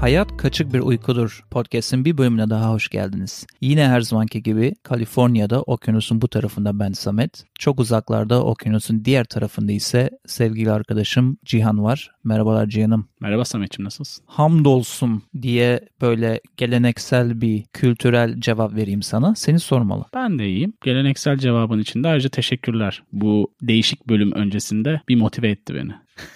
Hayat Kaçık Bir Uykudur podcast'in bir bölümüne daha hoş geldiniz. Yine her zamanki gibi Kaliforniya'da okyanusun bu tarafında ben Samet. Çok uzaklarda okyanusun diğer tarafında ise sevgili arkadaşım Cihan var. Merhabalar Cihan'ım. Merhaba Samet'ciğim, nasılsın? Hamdolsun diye böyle geleneksel bir kültürel cevap vereyim sana. Seni sormalı. Ben de iyiyim. Geleneksel cevabın için de ayrıca teşekkürler. Bu değişik bölüm öncesinde bir motive etti beni.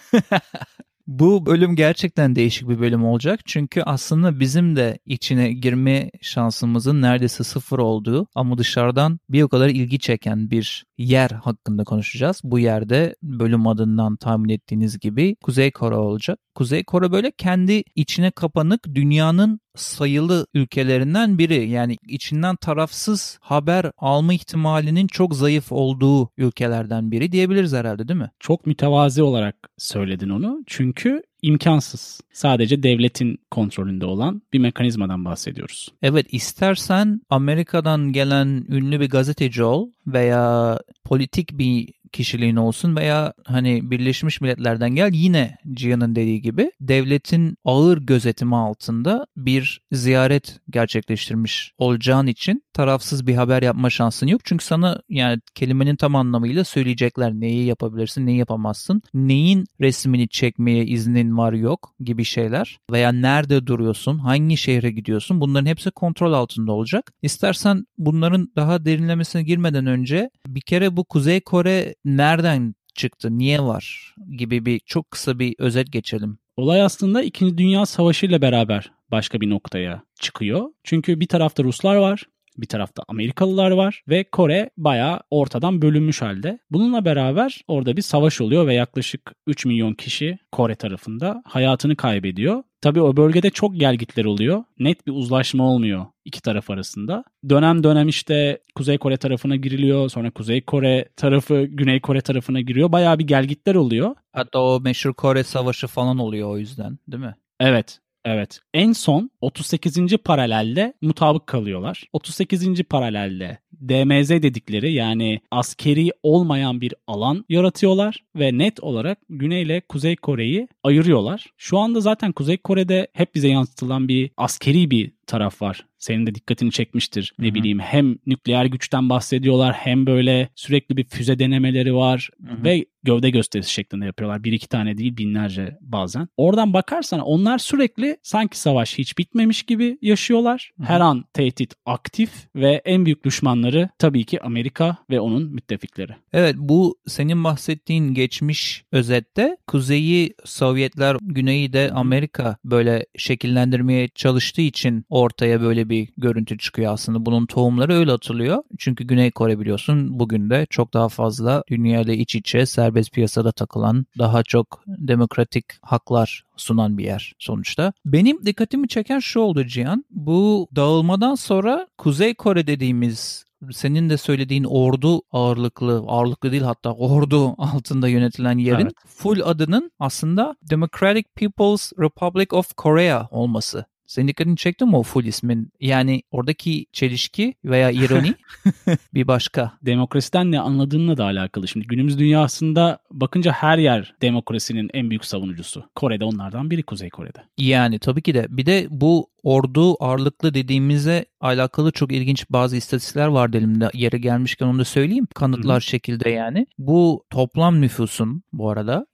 Bu bölüm gerçekten değişik bir bölüm olacak. Çünkü aslında bizim de içine girme şansımızın neredeyse sıfır olduğu ama dışarıdan bir o kadar ilgi çeken bir yer hakkında konuşacağız. Bu yerde bölüm adından tahmin ettiğiniz gibi Kuzey Kore olacak. Kuzey Kore böyle kendi içine kapanık dünyanın sayılı ülkelerinden biri. Yani içinden tarafsız haber alma ihtimalinin çok zayıf olduğu ülkelerden biri diyebiliriz herhalde, değil mi? Çok mütevazi olarak söyledin onu. Çünkü imkansız. Sadece devletin kontrolünde olan bir mekanizmadan bahsediyoruz. Evet, istersen Amerika'dan gelen ünlü bir gazeteci ol veya politik bir kişiliğin olsun veya hani Birleşmiş Milletler'den gel, yine Cihan'ın dediği gibi devletin ağır gözetimi altında bir ziyaret gerçekleştirmiş olacağın için tarafsız bir haber yapma şansın yok. Çünkü sana yani kelimenin tam anlamıyla söyleyecekler neyi yapabilirsin, neyi yapamazsın, neyin resmini çekmeye iznin var yok gibi şeyler veya nerede duruyorsun, hangi şehre gidiyorsun, bunların hepsi kontrol altında olacak. İstersen bunların daha derinlemesine girmeden önce bir kere bu Kuzey Kore nereden çıktı, niye var gibi bir çok kısa bir özet geçelim. Olay aslında 2. Dünya Savaşı ile beraber başka bir noktaya çıkıyor. Çünkü bir tarafta Ruslar var, bir tarafta Amerikalılar var ve Kore bayağı ortadan bölünmüş halde. Bununla beraber orada bir savaş oluyor ve yaklaşık 3 milyon kişi Kore tarafında hayatını kaybediyor. Tabii o bölgede çok gelgitler oluyor. Net bir uzlaşma olmuyor iki taraf arasında. Dönem dönem işte Kuzey Kore tarafına giriliyor. Sonra Kuzey Kore tarafı Güney Kore tarafına giriyor. Bayağı bir gelgitler oluyor. Hatta o meşhur Kore Savaşı falan oluyor o yüzden, değil mi? Evet. Evet. En son 38. paralelde mutabık kalıyorlar. 38. paralelde DMZ dedikleri, yani askeri olmayan bir alan yaratıyorlar ve net olarak Güney ile Kuzey Kore'yi ayırıyorlar. Şu anda zaten Kuzey Kore'de hep bize yansıtılan bir askeri bir taraf var. Senin de dikkatini çekmiştir. Ne bileyim, hem nükleer güçten bahsediyorlar hem böyle sürekli bir füze denemeleri var ve gövde gösterisi şeklinde yapıyorlar. 1-2 tane değil, binlerce bazen. Oradan bakarsan onlar sürekli sanki savaş hiç bitmemiş gibi yaşıyorlar. Her an tehdit aktif ve en büyük düşmanları tabii ki Amerika ve onun müttefikleri. Evet, bu senin bahsettiğin geçmiş özette Kuzeyi Sovyetler, Güneyi de Amerika böyle şekillendirmeye çalıştığı için ortaya böyle bir görüntü çıkıyor aslında. Bunun tohumları öyle atılıyor. Çünkü Güney Kore biliyorsun bugün de çok daha fazla dünyayla iç içe serbest piyasada takılan, daha çok demokratik haklar sunan bir yer sonuçta. Benim dikkatimi çeken şu oldu Cihan. Bu dağılmadan sonra Kuzey Kore dediğimiz, senin de söylediğin ordu ağırlıklı değil hatta ordu altında yönetilen yerin full adının aslında Democratic People's Republic of Korea olması. Senin dikkatini çekti mi o full ismin? Yani oradaki çelişki veya ironi bir başka. Demokrasiden ne anladığınla da alakalı. Şimdi günümüz dünyasında bakınca her yer demokrasinin en büyük savunucusu. Kore'de onlardan biri, Kuzey Kore'de. Yani tabii ki de. Bir de bu ordu ağırlıklı dediğimize alakalı çok ilginç bazı istatistikler vardı elimde. Yeri gelmişken onu da söyleyeyim. Kanıtlar şekilde yani. Bu toplam nüfusun bu arada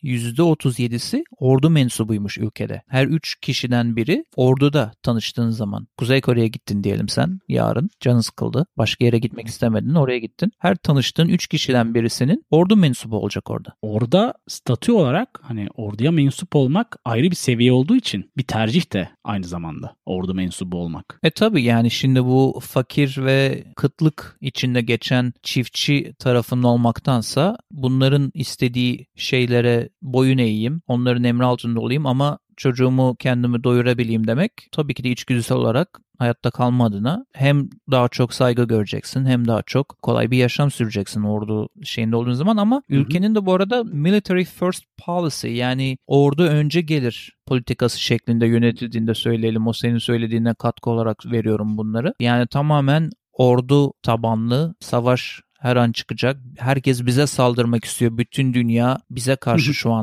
%37'si ordu mensubuymuş ülkede. Her 3 kişiden biri orduda tanıştığın zaman. Kuzey Kore'ye gittin diyelim sen yarın. Canın sıkıldı. Başka yere gitmek istemedin. Oraya gittin. Her tanıştığın 3 kişiden birisinin ordu mensubu olacak orada. Orada statü olarak hani orduya mensup olmak ayrı bir seviye olduğu için bir tercih de aynı zamanda ordu mensubu olmak. Tabii yani şimdi bu fakir ve kıtlık içinde geçen çiftçi tarafının olmaktansa bunların istediği şeylere boyun eğeyim, onların emri altında olayım ama çocuğumu kendimi doyurabileyim demek tabii ki de içgüdüsel olarak hayatta kalma adına hem daha çok saygı göreceksin hem daha çok kolay bir yaşam süreceksin ordu şeyinde olduğun zaman ama ülkenin de bu arada military first policy, yani ordu önce gelir politikası şeklinde yönetildiğinde söyleyelim. O senin söylediğine katkı olarak veriyorum bunları. Yani tamamen ordu tabanlı savaş her an çıkacak. Herkes bize saldırmak istiyor. Bütün dünya bize karşı şu anda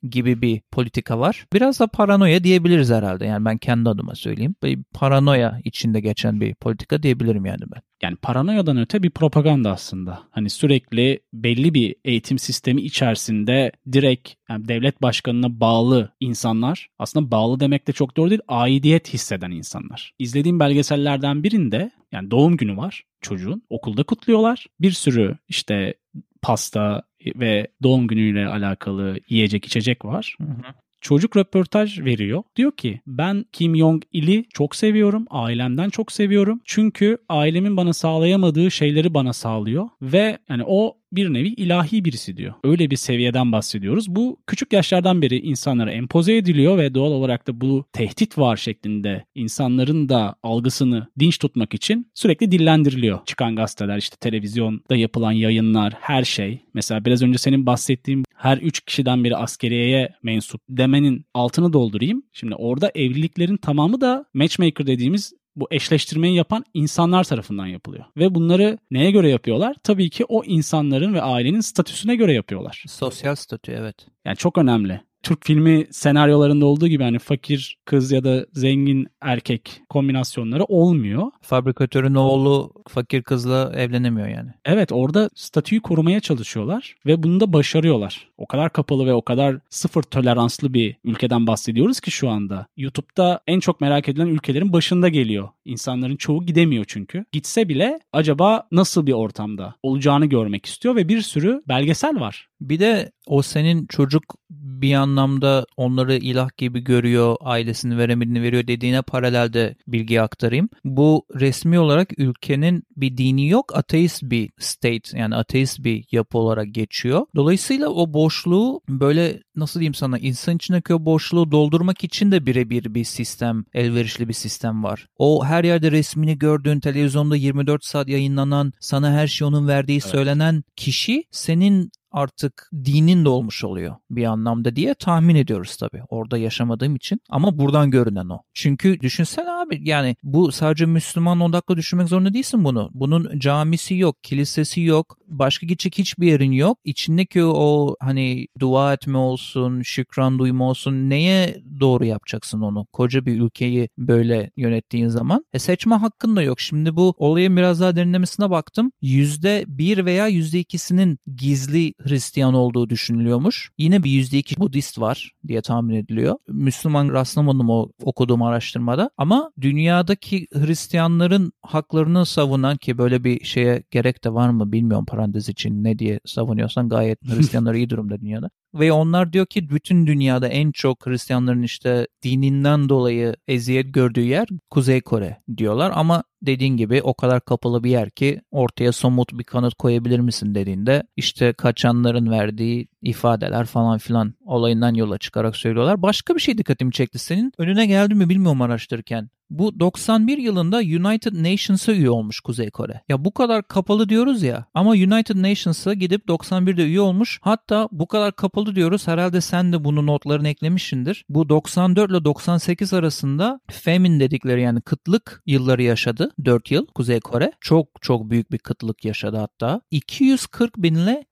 gibi bir politika var. Biraz da paranoya diyebiliriz herhalde. Yani ben kendi adıma söyleyeyim. Bir paranoya içinde geçen bir politika diyebilirim yani ben. Yani paranoyadan öte bir propaganda aslında. Hani sürekli belli bir eğitim sistemi içerisinde direkt yani devlet başkanına bağlı insanlar, aslında bağlı demek de çok doğru değil, aidiyet hisseden insanlar. İzlediğim belgesellerden birinde yani doğum günü var çocuğun, okulda kutluyorlar. Bir sürü işte pasta ve doğum günüyle alakalı yiyecek içecek var. Hı hı. Çocuk röportaj veriyor. Diyor ki ben Kim Jong-il'i çok seviyorum. Ailemden çok seviyorum. Çünkü ailemin bana sağlayamadığı şeyleri bana sağlıyor. Ve yani o bir nevi ilahi birisi diyor. Öyle bir seviyeden bahsediyoruz. Bu küçük yaşlardan beri insanlara empoze ediliyor ve doğal olarak da bu tehdit var şeklinde insanların da algısını dinç tutmak için sürekli dillendiriliyor. Çıkan gazeteler, işte televizyonda yapılan yayınlar, her şey. Mesela biraz önce senin bahsettiğin her 3 kişiden biri askeriyeye mensup demenin altını doldurayım. Şimdi orada evliliklerin tamamı da matchmaker dediğimiz bu eşleştirmeyi yapan insanlar tarafından yapılıyor. Ve bunları neye göre yapıyorlar? Tabii ki o insanların ve ailenin statüsüne göre yapıyorlar. Sosyal statü, evet. Yani çok önemli. Türk filmi senaryolarında olduğu gibi hani fakir kız ya da zengin erkek kombinasyonları olmuyor. Fabrikatörün oğlu fakir kızla evlenemiyor yani. Evet, orada statüyü korumaya çalışıyorlar ve bunu da başarıyorlar. O kadar kapalı ve o kadar sıfır toleranslı bir ülkeden bahsediyoruz ki şu anda. YouTube'da en çok merak edilen ülkelerin başında geliyor. İnsanların çoğu gidemiyor çünkü. Gitse bile acaba nasıl bir ortamda olacağını görmek istiyor ve bir sürü belgesel var. Bir de o senin çocuk bir anlamda onları ilah gibi görüyor, ailesini veremediğini veriyor dediğine paralelde bilgi aktarayım. Bu resmi olarak ülkenin bir dini yok, ateist bir state, yani ateist bir yapı olarak geçiyor. Dolayısıyla o boşluğu böyle nasıl diyeyim sana, insan içindeki o boşluğu doldurmak için de birebir bir sistem, elverişli bir sistem var. O her yerde resmini gördüğün, televizyonda 24 saat yayınlanan, sana her şeyi onun verdiği söylenen kişi senin artık dinin de olmuş oluyor bir anlamda diye tahmin ediyoruz tabii. Orada yaşamadığım için. Ama buradan görünen o. Çünkü düşünsene abi, yani bu sadece Müslüman odaklı düşünmek zorunda değilsin bunu. Bunun camisi yok, kilisesi yok, başka gidecek hiçbir yerin yok. İçindeki o hani dua etme olsun, şükran duyma olsun, neye doğru yapacaksın onu? Koca bir ülkeyi böyle yönettiğin zaman. Seçme hakkın da yok. Şimdi bu olayın biraz daha derinlemesine baktım. %1 veya %2'sinin gizli Hristiyan olduğu düşünülüyormuş. Yine bir %2 Budist var diye tahmin ediliyor. Müslüman rastlamadım o okuduğum araştırmada. Ama dünyadaki Hristiyanların haklarını savunan, ki böyle bir şeye gerek de var mı bilmiyorum, parantez için ne diye savunuyorsan, gayet Hristiyanlar iyi durumda dünyada. Ve onlar diyor ki bütün dünyada en çok Hristiyanların işte dininden dolayı eziyet gördüğü yer Kuzey Kore diyorlar. Ama dediğin gibi o kadar kapalı bir yer ki ortaya somut bir kanıt koyabilir misin dediğinde işte kaçanların verdiği ifadeler falan filan olayından yola çıkarak söylüyorlar. Başka bir şey dikkatimi çekti, senin önüne geldi mi bilmiyorum araştırırken. Bu 91 yılında United Nations'a üye olmuş Kuzey Kore. Ya bu kadar kapalı diyoruz ya, ama United Nations'a gidip 91'de üye olmuş. Hatta bu kadar kapalı diyoruz, herhalde sen de bunu notlarını eklemişsindir. Bu 94 ile 98 arasında famine dedikleri, yani kıtlık yılları yaşadı. 4 yıl Kuzey Kore. Çok çok büyük bir kıtlık yaşadı hatta. 240 bin ile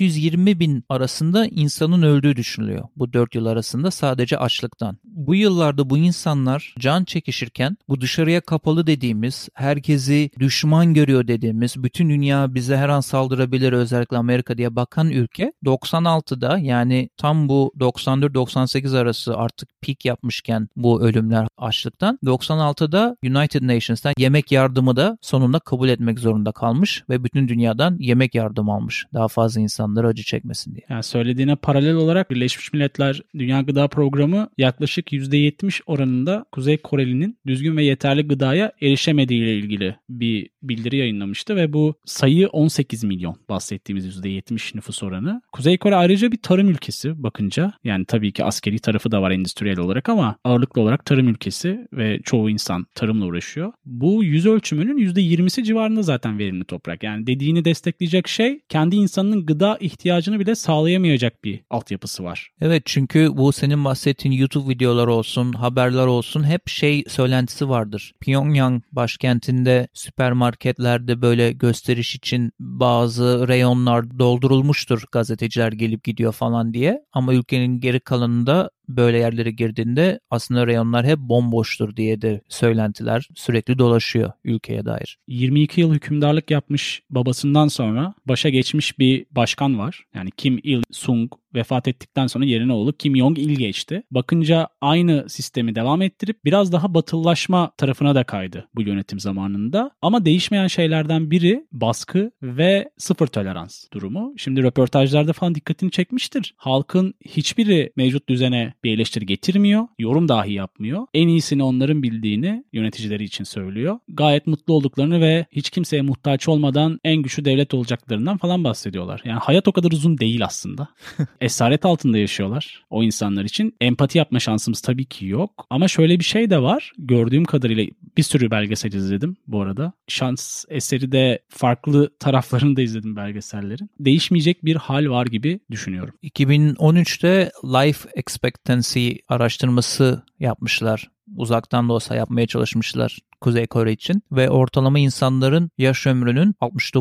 420 bin arasında insanın öldüğü düşünülüyor. Bu 4 yıl arasında sadece açlıktan. Bu yıllarda bu insanlar can çekişirken bu dışarıya kapalı dediğimiz, herkesi düşman görüyor dediğimiz, bütün dünya bize her an saldırabilir özellikle Amerika diye bakan ülke 96'da, yani tam bu 94-98 arası artık peak yapmışken bu ölümler açlıktan, 96'da United Nations'tan yemek yardımı da sonunda kabul etmek zorunda kalmış ve bütün dünyadan yemek yardımı almış. Daha fazla insanları acı çekmesin diye. Yani söylediğine paralel olarak Birleşmiş Milletler Dünya Gıda Programı yaklaşık %70 oranında Kuzey Koreli'nin düzgün ve yeterli gıdaya erişemediği ile ilgili bir bildiri yayınlamıştı ve bu sayı 18 milyon, bahsettiğimiz %70 nüfus oranı. Kuzey Kore ayrıca bir tarım ülkesi bakınca, yani tabii ki askeri tarafı da var endüstriyel olarak ama ağırlıklı olarak tarım ülkesi ve çoğu insan tarımla uğraşıyor. Bu yüz ölçümünün %20'si civarında zaten verimli toprak. Yani dediğini destekleyecek şey, kendi insanının gıda ihtiyacını bile sağlayamayacak bir altyapısı var. Evet, çünkü bu senin bahsettiğin YouTube videoları olsun, haberler olsun, hep söylentiler söylentisi vardır. Pyongyang başkentinde süpermarketlerde böyle gösteriş için bazı reyonlar doldurulmuştur, gazeteciler gelip gidiyor falan diye. Ama ülkenin geri kalanında böyle yerlere girdiğinde aslında reyonlar hep bomboştur diye de söylentiler sürekli dolaşıyor ülkeye dair. 22 yıl hükümdarlık yapmış babasından sonra başa geçmiş bir başkan var. Yani Kim Il-sung vefat ettikten sonra yerine oğlu Kim Jong-il geçti. Bakınca aynı sistemi devam ettirip biraz daha batılılaşma tarafına da kaydı bu yönetim zamanında. Ama değişmeyen şeylerden biri baskı ve sıfır tolerans durumu. Şimdi röportajlarda falan dikkatini çekmiştir. Halkın hiçbiri mevcut düzene bir eleştiri getirmiyor, yorum dahi yapmıyor. En iyisini onların bildiğini yöneticileri için söylüyor. Gayet mutlu olduklarını ve hiç kimseye muhtaç olmadan en güçlü devlet olacaklarından falan bahsediyorlar. Yani hayat o kadar uzun değil aslında. Esaret altında yaşıyorlar o insanlar için. Empati yapma şansımız tabii ki yok. Ama şöyle bir şey de var. Gördüğüm kadarıyla bir sürü belgesel izledim bu arada. Şans eseri de farklı taraflarını da izledim belgesellerin. Değişmeyecek bir hal var gibi düşünüyorum. 2013'te Life Expectancy araştırması yapmışlar. Uzaktan da olsa yapmaya çalışmışlar Kuzey Kore için ve ortalama insanların yaş ömrünün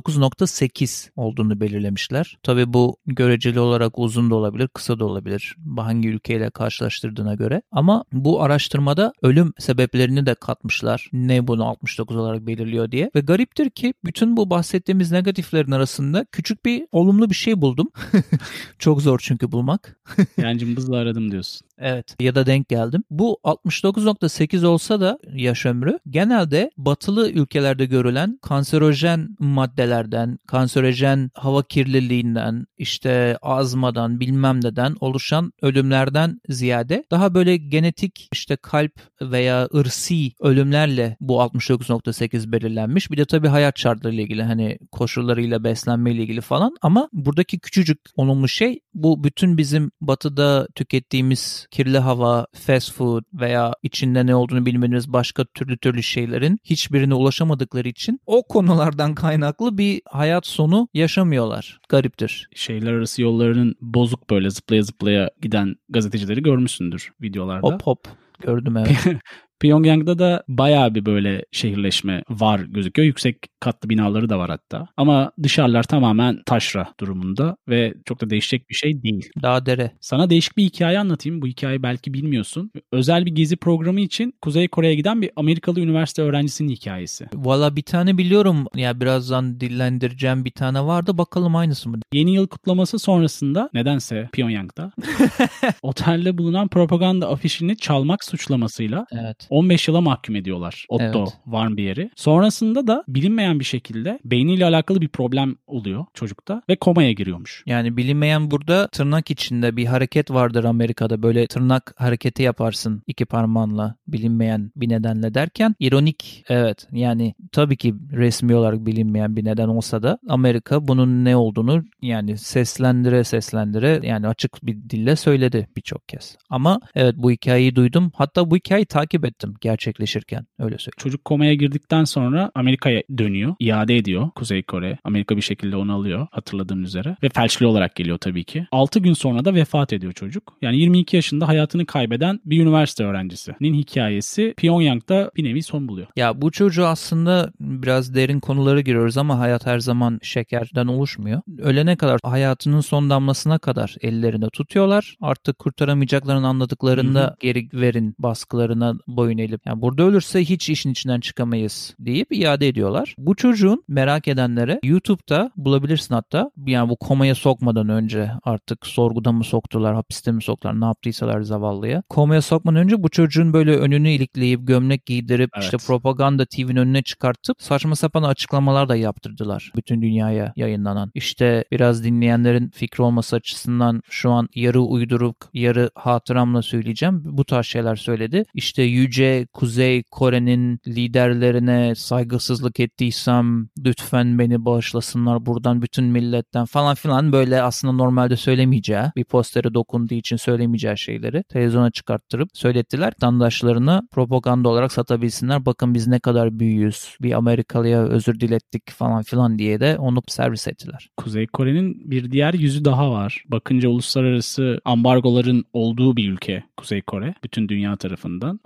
69.8 olduğunu belirlemişler. Tabii bu göreceli olarak uzun da olabilir, kısa da olabilir. Hangi ülkeyle karşılaştırdığına göre. Ama bu araştırmada ölüm sebeplerini de katmışlar. Ne bunu 69 olarak belirliyor diye. Ve gariptir ki bütün bu bahsettiğimiz negatiflerin arasında küçük bir olumlu bir şey buldum. Çok zor çünkü bulmak. Yani cımbızla aradım diyorsun. Evet. Ya da denk geldim. Bu 69.8 olsa da yaş ömrü genelde batılı ülkelerde görülen kanserojen maddelerden, kanserojen hava kirliliğinden, işte azmadan, bilmem neden oluşan ölümlerden ziyade daha böyle genetik işte kalp veya ırsi ölümlerle bu 69.8 belirlenmiş. Bir de tabii hayat şartlarıyla ilgili hani koşullarıyla beslenmeyle ilgili falan ama buradaki küçücük olumlu şey bu bütün bizim batıda tükettiğimiz kirli hava, fast food veya içinde ne olduğunu bilmediğimiz başka türlü şeylerin hiçbirine ulaşamadıkları için o konulardan kaynaklı bir hayat sonu yaşamıyorlar. Gariptir. Şehirler arası yollarının bozuk böyle zıplaya zıplaya giden gazetecileri görmüşsündür videolarda. Hop hop. Gördüm evet. Pyongyang'da da bayağı bir böyle şehirleşme var gözüküyor. Yüksek katlı binaları da var hatta. Ama dışarılar tamamen taşra durumunda ve çok da değişecek bir şey değil. Dağ dere. Sana değişik bir hikaye anlatayım. Bu hikayeyi belki bilmiyorsun. Özel bir gezi programı için Kuzey Kore'ye giden bir Amerikalı üniversite öğrencisinin hikayesi. Valla bir tane biliyorum. Ya birazdan dillendireceğim bir tane vardı. Bakalım aynısı mı? Yeni yıl kutlaması sonrasında nedense Pyongyang'da otelde bulunan propaganda afişini çalmak suçlamasıyla Evet. 15 yıla mahkum ediyorlar Otto Evet. Warmbier'i. Sonrasında da bilinmeyen bir şekilde beyniyle alakalı bir problem oluyor çocukta ve komaya giriyormuş. Yani bilinmeyen burada tırnak içinde bir hareket vardır Amerika'da. Böyle tırnak hareketi yaparsın iki parmağınla bilinmeyen bir nedenle derken ironik evet yani tabii ki resmi olarak bilinmeyen bir neden olsa da Amerika bunun ne olduğunu yani seslendire yani açık bir dille söyledi birçok kez. Ama evet bu hikayeyi duydum. Hatta bu hikayeyi takip ettim gerçekleşirken öyle söyleyeyim. Çocuk komaya girdikten sonra Amerika'ya dönüyor. İade ediyor Kuzey Kore. Amerika bir şekilde onu alıyor hatırladığım üzere. Ve felçli olarak geliyor tabii ki. 6 gün sonra da vefat ediyor çocuk. Yani 22 yaşında hayatını kaybeden bir üniversite öğrencisinin hikayesi Pyongyang'da bir nevi son buluyor. Ya bu çocuğu aslında biraz derin konulara giriyoruz ama hayat her zaman şekerden oluşmuyor. Ölene kadar hayatının son damlasına kadar ellerinde tutuyorlar. Artık kurtaramayacaklarını anladıklarında geri verin baskılarına boyun eğip yani burada ölürse hiç işin içinden çıkamayız deyip iade ediyorlar. Bu çocuğun merak edenlere YouTube'da bulabilirsin hatta. Yani bu komaya sokmadan önce artık sorguda mı soktular, hapiste mi soktular, ne yaptıysalar zavallıya. Komaya sokmadan önce bu çocuğun böyle önünü ilikleyip gömlek giydirip işte propaganda TV'nin önüne çıkartıp saçma sapan açıklamalar da yaptırdılar. Bütün dünyaya yayınlanan. İşte biraz dinleyenlerin fikri olması açısından şu an yarı uyduruk, yarı hatıramla söyleyeceğim. Bu tarz şeyler söyledi. İşte yüce Kuzey Kore'nin liderlerine saygısızlık ettiysem lütfen beni bağışlasınlar buradan bütün milletten falan filan böyle aslında normalde söylemeyeceği bir postere dokunduğu için söylemeyeceği şeyleri televizyona çıkarttırıp söylettiler. Vatandaşlarına propaganda olarak satabilsinler. Bakın biz ne kadar büyüğüz. Bir Amerikalıya özür dilettik falan filan diye de onu servis ettiler. Kuzey Kore'nin bir diğer yüzü daha var. Bakınca uluslararası ambargoların olduğu bir ülke Kuzey Kore. Bütün dünya tarafından. Ama Çin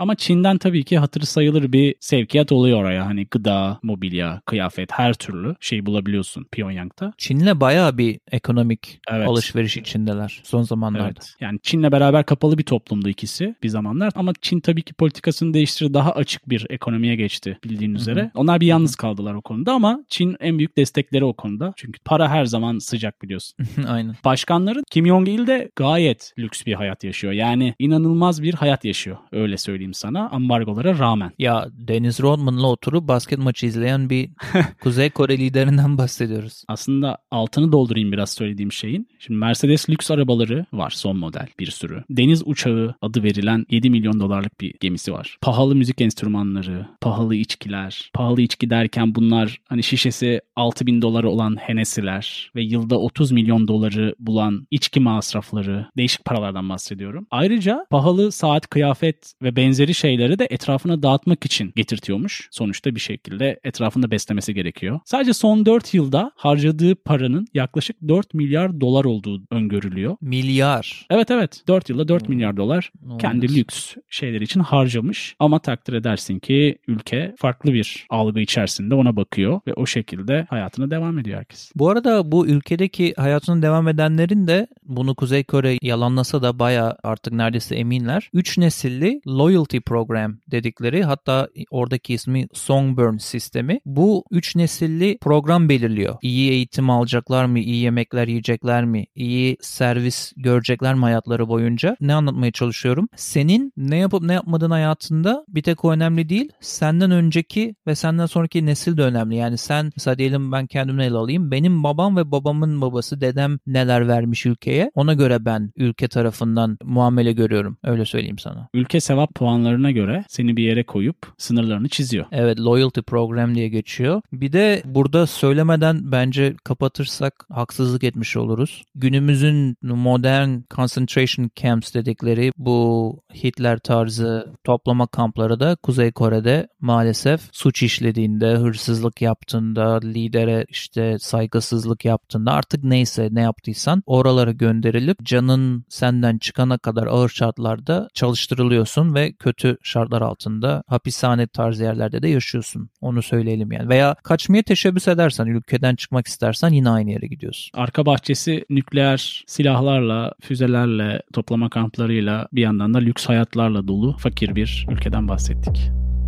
Çin'den tabii ki hatırı sayılır bir sevkiyat oluyor oraya. Hani gıda, mobilya, kıyafet her türlü şey bulabiliyorsun Pyongyang'da. Çin'le bayağı bir ekonomik Evet. alışveriş içindeler son zamanlarda. Evet. Yani Çin'le beraber kapalı bir toplumdu ikisi bir zamanlar. Ama Çin tabii ki politikasını değiştirdi. Daha açık bir ekonomiye geçti bildiğin üzere. Onlar bir yalnız kaldılar o konuda ama Çin en büyük destekleri o konuda. Çünkü para her zaman sıcak biliyorsun. Aynen. Başkanları Kim Jong-il de gayet lüks bir hayat yaşıyor. Yani inanılmaz bir hayat yaşıyor. Öyle söyleyeyim sana ambargolara rağmen. Ya Dennis Rodman'la oturup basket maçı izleyen bir Kuzey Kore liderinden bahsediyoruz. Aslında altını doldurayım biraz söylediğim şeyin. Şimdi Mercedes lüks arabaları var, son model bir sürü. Deniz uçağı adı verilen 7 milyon dolarlık bir gemisi var. Pahalı müzik enstrümanları, pahalı içkiler. Pahalı içki derken bunlar hani şişesi 6.000 doları olan Hennessy'ler ve yılda 30 milyon doları bulan içki masrafları, değişik paralardan bahsediyorum. Ayrıca pahalı saat, kıyafet ve benzeri şeyleri de etrafına dağıtmak için getirtiyormuş. Sonuçta bir şekilde etrafında beslemesi gerekiyor. Sadece son 4 yılda harcadığı paranın yaklaşık 4 milyar dolar olduğu öngörülüyor. Milyar. Evet. 4 yılda 4 milyar dolar kendi Olmaz. lüks şeyler için harcamış. Ama takdir edersin ki ülke farklı bir algı içerisinde ona bakıyor ve o şekilde hayatına devam ediyor herkes. Bu arada bu ülkedeki hayatına devam edenlerin de bunu Kuzey Kore yalanlasa da bayağı artık neredeyse eminler. 3 nesilli loyalty program dedikleri, hatta oradaki ismi Songbird sistemi. Bu 3 nesilli program belirliyor. İyi eğitim alacaklar mı? İyi yemekler yiyecekler mi? İyi servis görecekler mi hayatları boyunca? Ne anlatmaya çalışıyorum? Senin ne yapıp ne yapmadığın hayatında bir tek o önemli değil. Senden önceki ve senden sonraki nesil de önemli. Yani sen mesela diyelim ben kendimle ele alayım. Benim babam ve babamın babası, dedem neler vermiş ülkeye. Ona göre ben ülke tarafından muamele görüyorum. Öyle söyleyeyim sana. Ülke sevap puanlarına göre seni bir yere koyup sınırlarını çiziyor. Evet, loyalty program diye geçiyor. Bir de burada söylemeden bence kapatırsak haksızlık etmiş oluruz. Günümüzün modern concentration camps dedikleri bu Hitler tarzı toplama kampları da Kuzey Kore'de maalesef suç işlediğinde, hırsızlık yaptığında, lidere işte saygısızlık yaptığında, artık neyse ne yaptıysan oralara gönderilip canın senden çıkana kadar ağır şartlarda çalıştırılıyorsun ve kötü şartlar altında hapishane tarzı yerlerde de yaşıyorsun. Onu söyleyelim yani. Veya kaçmaya teşebbüs edersen, ülkeden çıkmak istersen yine aynı yere gidiyorsun. Arka bahçesi nükleer silahlarla, füzelerle, toplama kamplarıyla, bir yandan da lüks hayatlarla dolu fakir bir ülkeden bahsettik.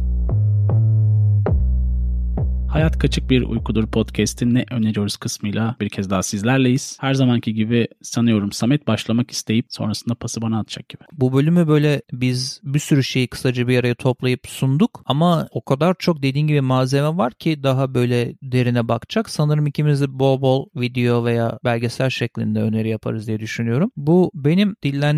Hayat Kaçık Bir Uykudur podcast'in ne öneriyoruz kısmıyla bir kez daha sizlerleyiz. Her zamanki gibi sanıyorum Samet başlamak isteyip sonrasında pası bana atacak gibi. Bu bölümü böyle biz bir sürü şeyi kısaca bir araya toplayıp sunduk ama o kadar çok dediğin gibi malzeme var ki daha böyle derine bakacak. Sanırım ikimiz de bol bol video veya belgesel şeklinde öneri yaparız diye düşünüyorum. Bu benim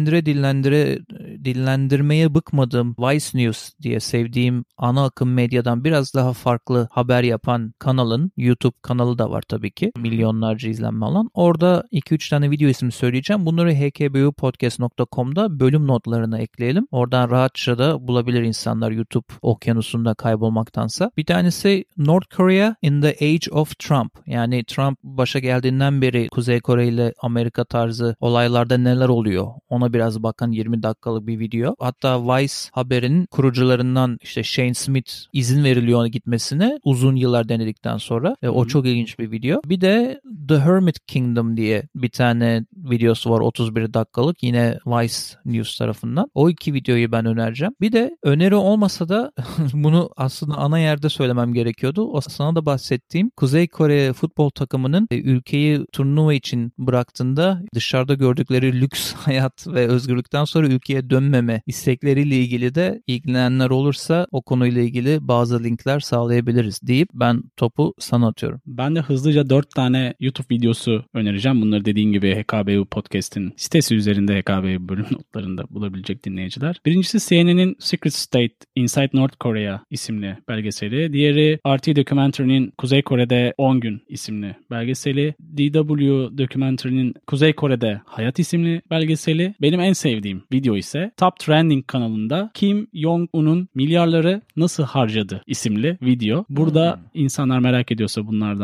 dillendirmeye bıkmadığım Vice News diye sevdiğim ana akım medyadan biraz daha farklı haber yapan kanalın YouTube kanalı da var tabii ki. Milyonlarca izlenme alan. Orada 2-3 tane video ismi söyleyeceğim. Bunları hkbupodcast.com'da bölüm notlarına ekleyelim. Oradan rahatça da bulabilir insanlar YouTube okyanusunda kaybolmaktansa. Bir tanesi North Korea in the Age of Trump. Yani Trump başa geldiğinden beri Kuzey Kore ile Amerika tarzı olaylarda neler oluyor? Ona biraz bakan 20 dakikalık bir video. Hatta Vice haberinin kurucularından işte Shane Smith izin veriliyor ona gitmesine uzun yıllar denedikten sonra. O çok ilginç bir video. Bir de The Hermit Kingdom diye bir tane videosu var 31 dakikalık. Yine Vice News tarafından. O iki videoyu ben önereceğim. Bir de öneri olmasa da bunu aslında ana yerde söylemem gerekiyordu. O sana da bahsettiğim Kuzey Kore futbol takımının ülkeyi turnuva için bıraktığında dışarıda gördükleri lüks hayat ve özgürlükten sonra ülkeye dönmeme istekleriyle ilgili de ilgilenenler olursa o konuyla ilgili bazı linkler sağlayabiliriz deyip ben topu sana atıyorum. Ben de hızlıca 4 tane YouTube videosu önereceğim. Bunları dediğin gibi HKBU Podcast'in sitesi üzerinde HKBU bölüm notlarında bulabilecek dinleyiciler. Birincisi CNN'in Secret State Inside North Korea isimli belgeseli. Diğeri RT Documentary'nin Kuzey Kore'de 10 gün isimli belgeseli. DW Documentary'nin Kuzey Kore'de Hayat isimli belgeseli. Benim en sevdiğim video ise Top Trending kanalında Kim Jong-un'un milyarları nasıl harcadı isimli video. Burada insanlar merak ediyorsa bunlardan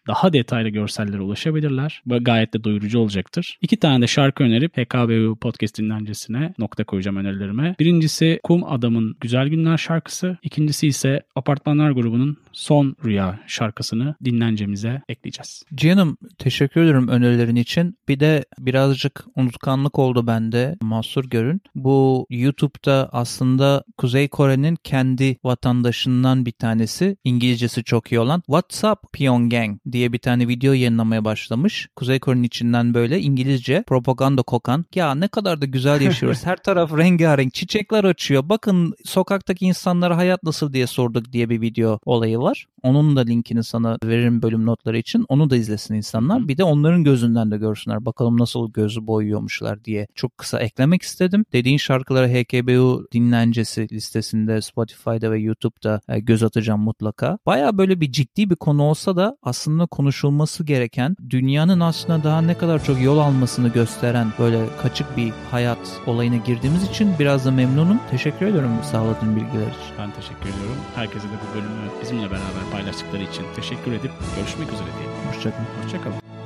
daha detaylı görsellere ulaşabilirler. Ve gayet de doyurucu olacaktır. 2 tane de şarkı önerip HKBU Podcast dinlencesine nokta koyacağım önerilerime. Birincisi Kum Adam'ın Güzel Günler şarkısı. İkincisi ise Apartmanlar grubunun Son Rüya şarkısını dinlencemize ekleyeceğiz. Cihan'ım teşekkür ederim önerilerin için. Bir de birazcık unutkanlık oldu bende. Mahsur görün. Bu YouTube'da aslında Kuzey Kore'nin kendi vatandaşından bir tanesi, İngilizcesi çok iyi olan What's Up Pyongyang diye bir tane video yayınlamaya başlamış. Kuzey Kore'nin içinden böyle İngilizce propaganda kokan. Ya ne kadar da güzel yaşıyoruz. Her taraf rengarenk. Çiçekler açıyor. Bakın sokaktaki insanlara hayat nasıl diye sorduk diye bir video olayı var. Onun da linkini sana veririm bölüm notları için. Onu da izlesin insanlar. Bir de onların gözünden de görsünler. Bakalım nasıl gözü boyuyormuşlar diye çok kısa eklemek istedim. Dediğin şarkılara HKBU dinlencesi listesinde Spotify'da ve YouTube'da göz atacağım mutlaka. Baya böyle bir ciddi bir konu olsa da aslında konuşulması gereken, dünyanın aslında daha ne kadar çok yol almasını gösteren böyle kaçık bir hayat olayına girdiğimiz için biraz da memnunum. Teşekkür ediyorum sağladığın bilgiler için. Ben teşekkür ediyorum. Herkese de bu bölümü bizimle beraber paylaştıkları için teşekkür edip görüşmek üzere diyelim. Hoşçakalın. Hoşçakalın.